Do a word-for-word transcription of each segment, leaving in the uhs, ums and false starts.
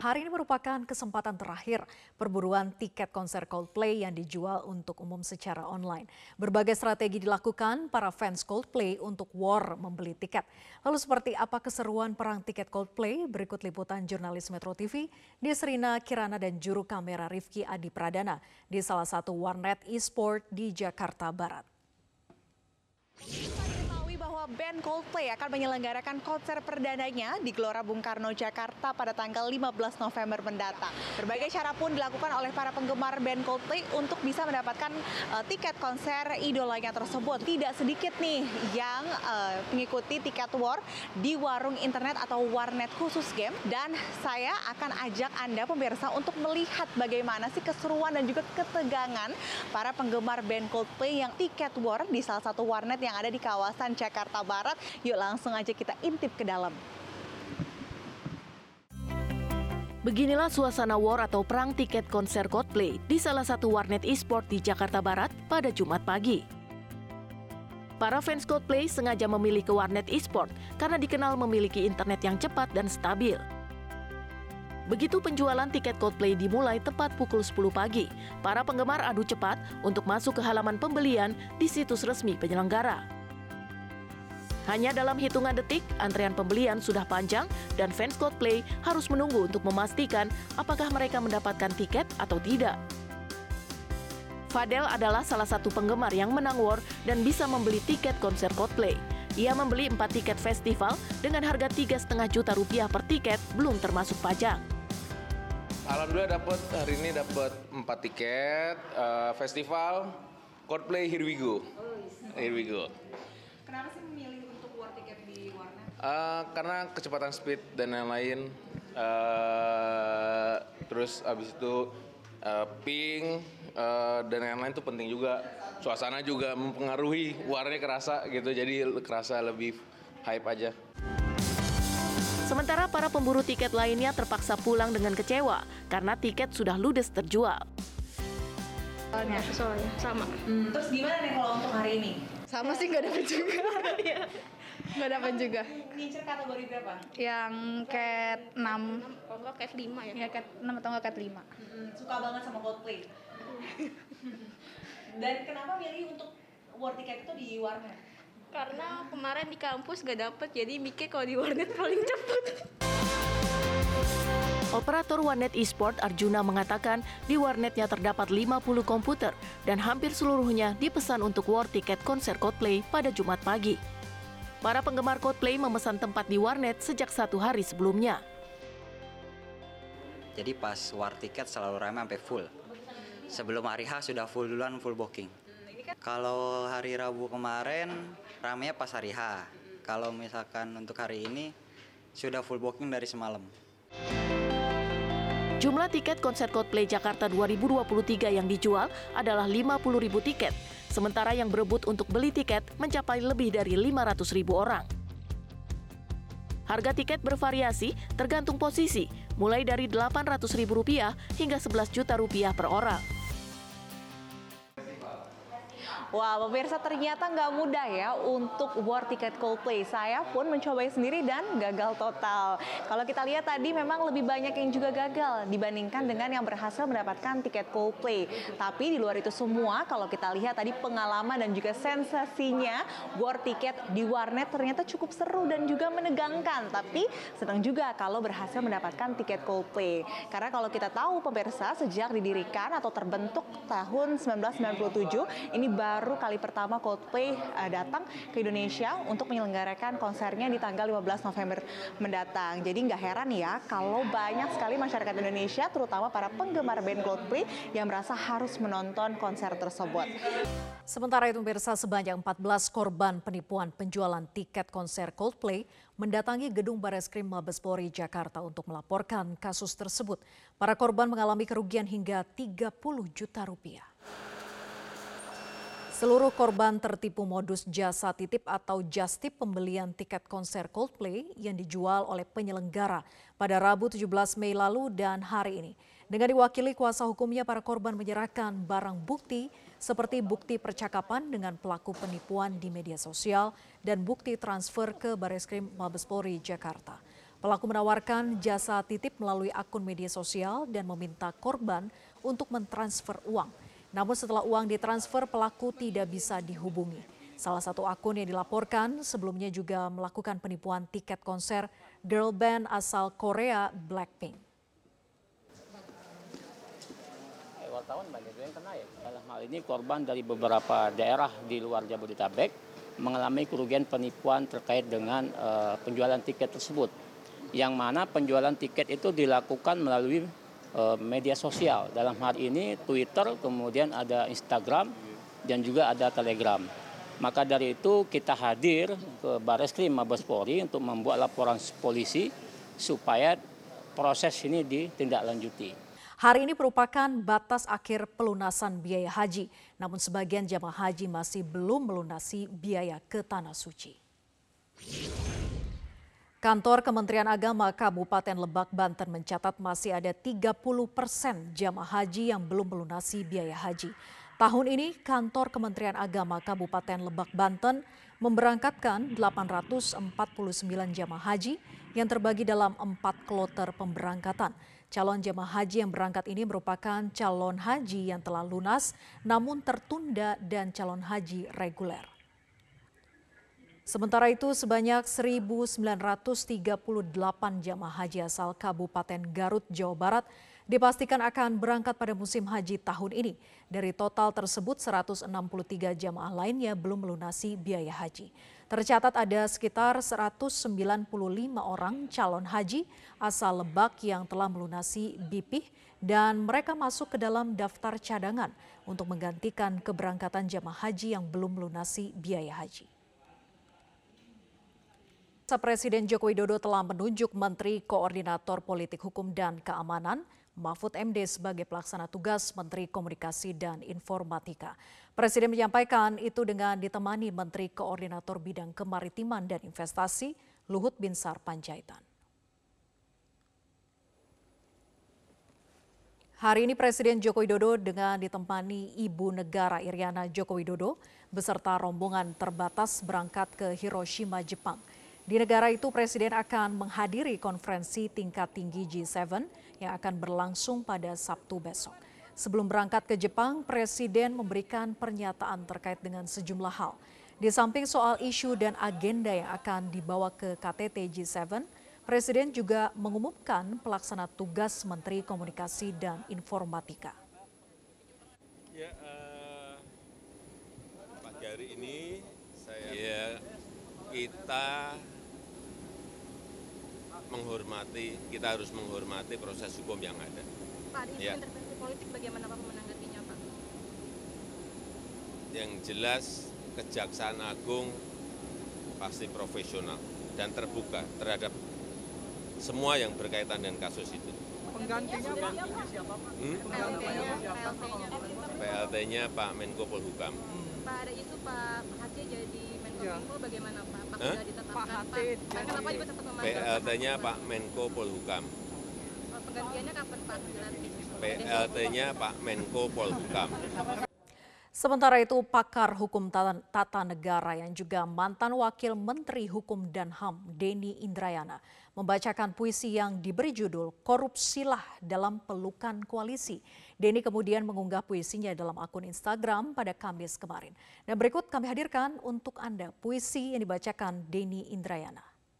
Hari ini merupakan kesempatan terakhir perburuan tiket konser Coldplay yang dijual untuk umum secara online. Berbagai strategi dilakukan para fans Coldplay untuk war membeli tiket. Lalu seperti apa keseruan perang tiket Coldplay? Berikut liputan jurnalis Metro T V Desrina Kirana dan juru kamera Rifki Adi Pradana di salah satu warnet e-sport di Jakarta Barat. Bahwa band Coldplay akan menyelenggarakan konser perdananya di Gelora Bung Karno, Jakarta pada tanggal lima belas November mendatang. Berbagai cara pun dilakukan oleh para penggemar band Coldplay untuk bisa mendapatkan uh, tiket konser idolanya tersebut. Tidak sedikit nih yang uh, mengikuti tiket war di warung internet atau warnet khusus game. Dan saya akan ajak Anda pemirsa untuk melihat bagaimana sih keseruan dan juga ketegangan para penggemar band Coldplay yang tiket war di salah satu warnet yang ada di kawasan Jakarta Barat. Yuk langsung aja kita intip ke dalam. Beginilah suasana war atau perang tiket konser Coldplay di salah satu warnet e-sport di Jakarta Barat pada Jumat pagi. Para fans Coldplay sengaja memilih ke warnet e-sport karena dikenal memiliki internet yang cepat dan stabil. Begitu penjualan tiket Coldplay dimulai tepat pukul sepuluh pagi, para penggemar adu cepat untuk masuk ke halaman pembelian di situs resmi penyelenggara. Hanya dalam hitungan detik, antrean pembelian sudah panjang dan fans Coldplay harus menunggu untuk memastikan apakah mereka mendapatkan tiket atau tidak. Fadel adalah salah satu penggemar yang menang war dan bisa membeli tiket konser Coldplay. Ia membeli empat tiket festival dengan harga tiga koma lima juta rupiah per tiket, belum termasuk pajak. Alhamdulillah dapat hari ini dapat empat tiket uh, festival Coldplay Here We Go. Here We Go. Kenapa sih memilih untuk war tiket di warnet? Uh, karena kecepatan speed dan lain-lain. Uh, terus abis itu uh, ping uh, dan lain-lain itu penting juga. Suasana juga mempengaruhi, warnanya kerasa gitu, jadi kerasa lebih hype aja. Sementara para pemburu tiket lainnya terpaksa pulang dengan kecewa karena tiket sudah ludes terjual. Soalnya, soalnya sama. Hmm, terus gimana nih kalau untuk hari ini? Sama sih nggak dapat juga. Nggak dapat juga. Ngincer kategori berapa? Yang cat enam. Kalau nggak cat lima ya? Ya cat enam atau nggak cat lima. Hmm, suka banget sama Coldplay. Dan kenapa milih untuk war tiket itu di warnet? Karena kemarin di kampus gak dapet, jadi mikir kalau di warnet paling cepet. Operator warnet e-sport Arjuna mengatakan di warnetnya terdapat lima puluh komputer dan hampir seluruhnya dipesan untuk war tiket konser Coldplay pada Jumat pagi. Para penggemar Coldplay memesan tempat di warnet sejak satu hari sebelumnya. Jadi pas war tiket selalu ramai sampai full. Sebelum hari H sudah full duluan, full booking. Kalau hari Rabu kemarin ramainya pas hari H. Kalau misalkan untuk hari ini sudah full booking dari semalam. Jumlah tiket konser Coldplay Jakarta dua ribu dua puluh tiga yang dijual adalah lima puluh ribu tiket, sementara yang berebut untuk beli tiket mencapai lebih dari lima ratus ribu orang. Harga tiket bervariasi tergantung posisi, mulai dari delapan ratus ribu rupiah hingga sebelas juta rupiah per orang. Wah, pemirsa, ternyata nggak mudah ya untuk war tiket Coldplay. Saya pun mencoba sendiri dan gagal total. Kalau kita lihat tadi memang lebih banyak yang juga gagal dibandingkan dengan yang berhasil mendapatkan tiket Coldplay. Tapi di luar itu semua, kalau kita lihat tadi pengalaman dan juga sensasinya war tiket di warnet ternyata cukup seru dan juga menegangkan. Tapi senang juga kalau berhasil mendapatkan tiket Coldplay. Karena kalau kita tahu pemirsa, sejak didirikan atau terbentuk tahun sembilan belas sembilan puluh tujuh, ini baru Baru kali pertama Coldplay uh, datang ke Indonesia untuk menyelenggarakan konsernya di tanggal lima belas November mendatang. Jadi nggak heran ya kalau banyak sekali masyarakat Indonesia, terutama para penggemar band Coldplay yang merasa harus menonton konser tersebut. Sementara itu pemirsa, sebanyak empat belas korban penipuan penjualan tiket konser Coldplay mendatangi gedung Bareskrim Mabes Polri Jakarta untuk melaporkan kasus tersebut. Para korban mengalami kerugian hingga tiga puluh juta rupiah. Seluruh korban tertipu modus jasa titip atau just tip pembelian tiket konser Coldplay yang dijual oleh penyelenggara pada Rabu tujuh belas Mei lalu dan hari ini. Dengan diwakili kuasa hukumnya, para korban menyerahkan barang bukti seperti bukti percakapan dengan pelaku penipuan di media sosial dan bukti transfer ke Bareskrim Mabes Polri Jakarta. Pelaku menawarkan jasa titip melalui akun media sosial dan meminta korban untuk mentransfer uang. Namun setelah uang ditransfer, pelaku tidak bisa dihubungi. Salah satu akun yang dilaporkan sebelumnya juga melakukan penipuan tiket konser girl band asal Korea Blackpink. Wartawan banyak yang kena ya. Dalam hal ini korban dari beberapa daerah di luar Jabodetabek mengalami kerugian penipuan terkait dengan uh, penjualan tiket tersebut. Yang mana penjualan tiket itu dilakukan melalui uh, media sosial. Dalam hal ini Twitter, kemudian ada Instagram, dan juga ada Telegram. Maka dari itu kita hadir ke Bareskrim Mabes Polri untuk membuat laporan polisi supaya proses ini ditindaklanjuti. Hari ini merupakan batas akhir pelunasan biaya haji, namun sebagian jamaah haji masih belum melunasi biaya ke Tanah Suci. Kantor Kementerian Agama Kabupaten Lebak, Banten mencatat masih ada tiga puluh persen jamaah haji yang belum melunasi biaya haji. Tahun ini, Kantor Kementerian Agama Kabupaten Lebak, Banten memberangkatkan delapan ratus empat puluh sembilan jamaah haji yang terbagi dalam empat kloter pemberangkatan. Calon jemaah haji yang berangkat ini merupakan calon haji yang telah lunas namun tertunda dan calon haji reguler. Sementara itu sebanyak seribu sembilan ratus tiga puluh delapan jemaah haji asal Kabupaten Garut, Jawa Barat dipastikan akan berangkat pada musim haji tahun ini. Dari total tersebut seratus enam puluh tiga jemaah lainnya belum melunasi biaya haji. Tercatat ada sekitar seratus sembilan puluh lima orang calon haji asal Lebak yang telah melunasi B P I H dan mereka masuk ke dalam daftar cadangan untuk menggantikan keberangkatan jemaah haji yang belum melunasi biaya haji. Presiden Joko Widodo telah menunjuk Menteri Koordinator Politik Hukum dan Keamanan Mahfud M D sebagai pelaksana tugas Menteri Komunikasi dan Informatika. Presiden menyampaikan itu dengan ditemani Menteri Koordinator Bidang Kemaritiman dan Investasi Luhut Binsar Panjaitan. Hari ini Presiden Joko Widodo dengan ditemani Ibu Negara Iriana Joko Widodo beserta rombongan terbatas berangkat ke Hiroshima, Jepang. Di negara itu Presiden akan menghadiri konferensi tingkat tinggi G tujuh yang akan berlangsung pada Sabtu besok. Sebelum berangkat ke Jepang, Presiden memberikan pernyataan terkait dengan sejumlah hal. Di samping soal isu dan agenda yang akan dibawa ke K T T G tujuh, Presiden juga mengumumkan pelaksana tugas Menteri Komunikasi dan Informatika. Ya, uh, pagi hari ini saya ya, kita menghormati, kita harus menghormati proses hukum yang ada. Pak, ada isu ya. intervensi politik bagaimana Pak menanggapinya, Pak? Yang jelas Kejaksaan Agung pasti profesional dan terbuka terhadap semua yang berkaitan dengan kasus itu. Penggantinya Pak siapa Pak? Hmm? P L T-nya, P L T-nya Pak Menko Polhukam. Pak, ada isu Pak Hati jadi Menko Ya. Polhukam bagaimana Pak? Pak Hah? sudah ditetapkan Pak Pak. Hati Pak, kenapa juga tetap P memanggil L T-nya Pak Menko Polhukam. Penggantiannya kapan Pak? Dilantik? P L T-nya Pak Menko Polhukam. Sementara itu, pakar hukum tata, tata negara yang juga mantan Wakil Menteri Hukum dan H A M, Denny Indrayana, membacakan puisi yang diberi judul Korupsilah dalam Pelukan Koalisi. Denny kemudian mengunggah puisinya dalam akun Instagram pada Kamis kemarin. Dan berikut kami hadirkan untuk Anda puisi yang dibacakan Denny Indrayana.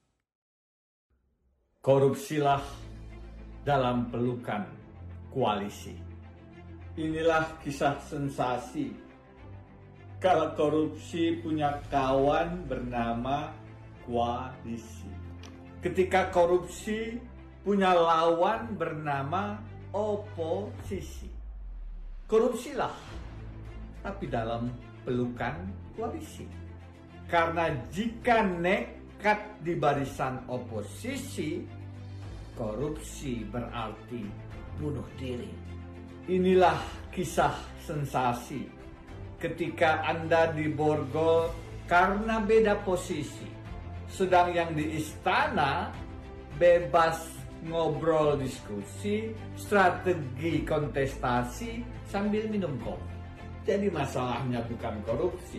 Korupsilah dalam pelukan koalisi. Inilah kisah sensasi. Kalau korupsi punya kawan bernama koalisi. Ketika korupsi punya lawan bernama oposisi. Korupsilah, tapi dalam pelukan koalisi. Karena jika nekat di barisan oposisi, korupsi berarti bunuh diri. Inilah kisah sensasi ketika Anda diborgol karena beda posisi. Sedang yang di istana bebas ngobrol diskusi, strategi kontestasi sambil minum kopi. Jadi masalahnya bukan korupsi.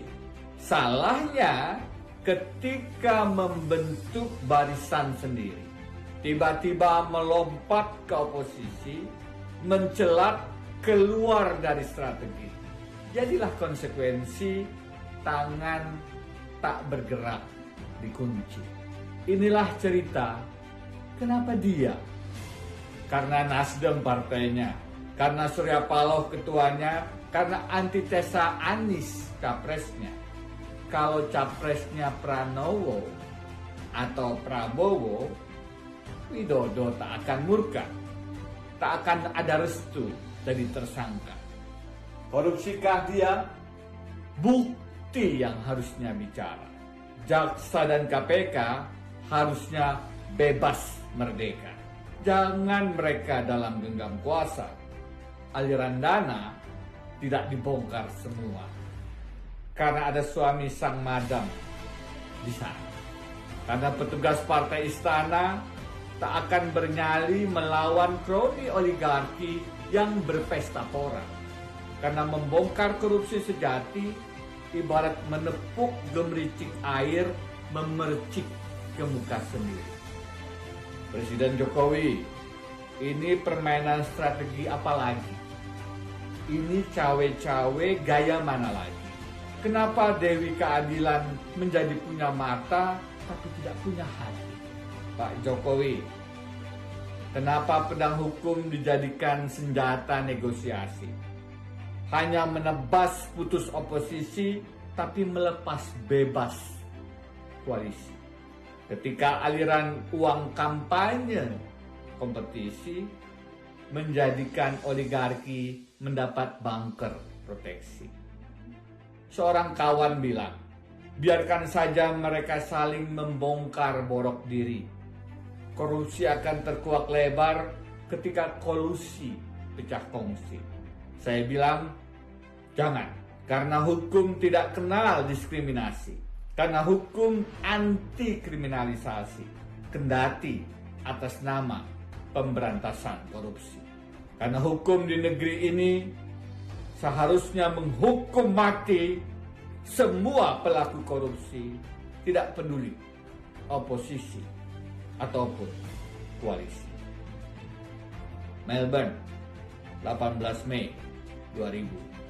Salahnya ketika membentuk barisan sendiri. tiba-tiba melompat ke oposisi, mencelat keluar dari strategi. Jadilah konsekuensi tangan tak bergerak dikunci. Inilah cerita kenapa dia. Karena Nasdem partainya, karena Surya Paloh ketuanya, karena antitesa Anies capresnya. Kalau capresnya Pranowo atau Prabowo, Widodo tak akan murka, tak akan ada restu jadi tersangka. Korupsikah dia? Bukti yang harusnya bicara. Jaksa dan K P K harusnya bebas merdeka. Jangan mereka dalam genggam kuasa. Aliran dana tidak dibongkar semua. Karena ada suami sang madam di sana. Karena petugas partai istana tak akan bernyali melawan kroni oligarki yang berpesta pora. Karena membongkar korupsi sejati ibarat menepuk gemericik air memercik ke muka sendiri. Presiden Jokowi, ini permainan strategi apa lagi? Ini cawe-cawe gaya mana lagi? Kenapa Dewi Keadilan menjadi punya mata tapi tidak punya hati? Pak Jokowi, kenapa pedang hukum dijadikan senjata negosiasi? Hanya menebas putus oposisi tapi melepas bebas koalisi. Ketika aliran uang kampanye kompetisi menjadikan oligarki mendapat bunker proteksi. Seorang kawan bilang, biarkan saja mereka saling membongkar borok diri. Korupsi akan terkuak lebar ketika kolusi pecah kongsi. Saya bilang, jangan, karena hukum tidak kenal diskriminasi. Karena hukum anti kriminalisasi, kendati atas nama pemberantasan korupsi. Karena hukum di negeri ini seharusnya menghukum mati semua pelaku korupsi, tidak peduli oposisi ataupun koalisi. Melbourne, delapan belas Mei dua ribu